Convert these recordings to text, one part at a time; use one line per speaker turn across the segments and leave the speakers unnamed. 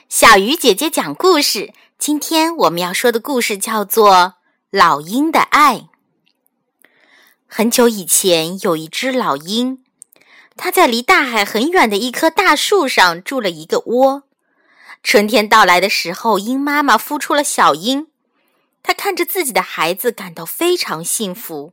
小鱼姐姐讲故事。今天我们要说的故事叫做《老鹰的爱》。很久以前，有一只老鹰，它在离大海很远的一棵大树上筑了一个窝。春天到来的时候，鹰妈妈孵出了小鹰，她看着自己的孩子感到非常幸福。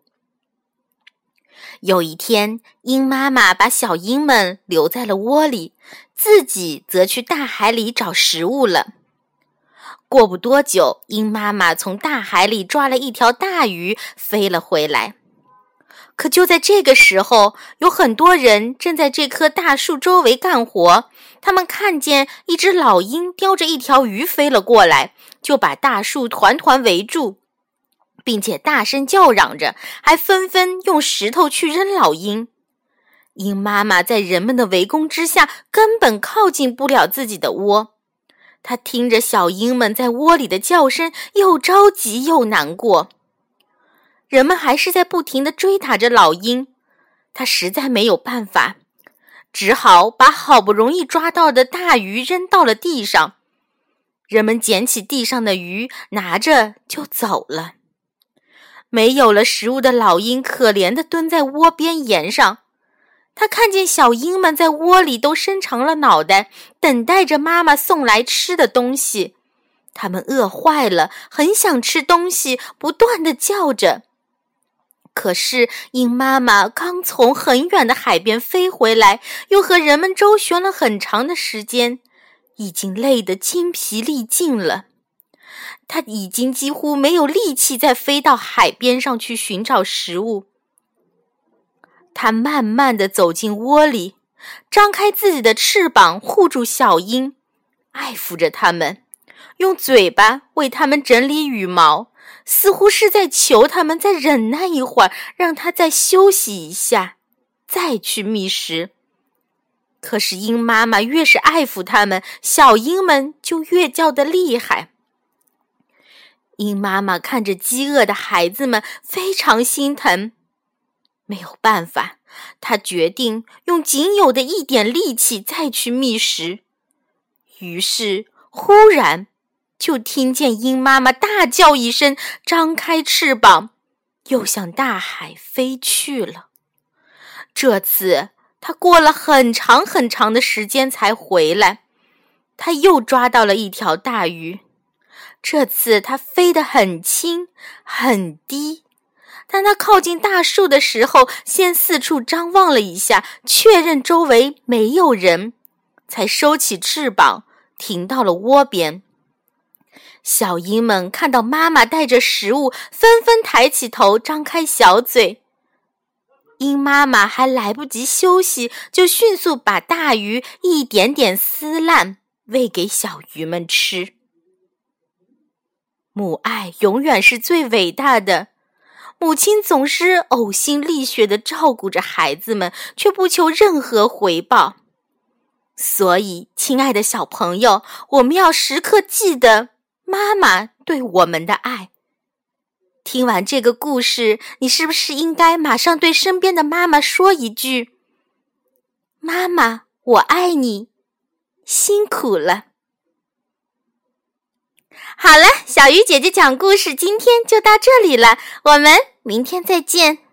有一天，鹰妈妈把小鹰们留在了窝里，自己则去大海里找食物了。过不多久，鹰妈妈从大海里抓了一条大鱼飞了回来。可就在这个时候，有很多人正在这棵大树周围干活，他们看见一只老鹰叼着一条鱼飞了过来，就把大树团团围住，并且大声叫嚷着，还纷纷用石头去扔老鹰。鹰妈妈在人们的围攻之下，根本靠近不了自己的窝。她听着小鹰们在窝里的叫声，又着急又难过。人们还是在不停地追打着老鹰，她实在没有办法，只好把好不容易抓到的大鱼扔到了地上。人们捡起地上的鱼，拿着就走了。没有了食物的老鹰可怜地蹲在窝边沿上，他看见小鹰们在窝里都伸长了脑袋，等待着妈妈送来吃的东西。它们饿坏了，很想吃东西，不断地叫着。可是鹰妈妈刚从很远的海边飞回来，又和人们周旋了很长的时间，已经累得精疲力尽了。他已经几乎没有力气再飞到海边上去寻找食物。他慢慢地走进窝里，张开自己的翅膀护住小鹰，爱抚着它们，用嘴巴为它们整理羽毛，似乎是在求它们再忍耐一会儿，让它再休息一下，再去觅食。可是鹰妈妈越是爱抚它们，小鹰们就越叫得厉害。鹰妈妈看着饥饿的孩子们，非常心疼。没有办法，她决定用仅有的一点力气再去觅食。于是，忽然就听见鹰妈妈大叫一声，张开翅膀，又向大海飞去了。这次，她过了很长很长的时间才回来。她又抓到了一条大鱼。这次它飞得很轻很低，当它靠近大树的时候，先四处张望了一下，确认周围没有人，才收起翅膀，停到了窝边。小鹰们看到妈妈带着食物，纷纷抬起头，张开小嘴。鹰妈妈还来不及休息，就迅速把大鱼一点点撕烂，喂给小鱼们吃。母爱永远是最伟大的，母亲总是呕心沥血地照顾着孩子们，却不求任何回报。所以，亲爱的小朋友，我们要时刻记得妈妈对我们的爱。听完这个故事，你是不是应该马上对身边的妈妈说一句：妈妈，我爱你，辛苦了。好了，小鱼姐姐讲故事今天就到这里了，我们明天再见。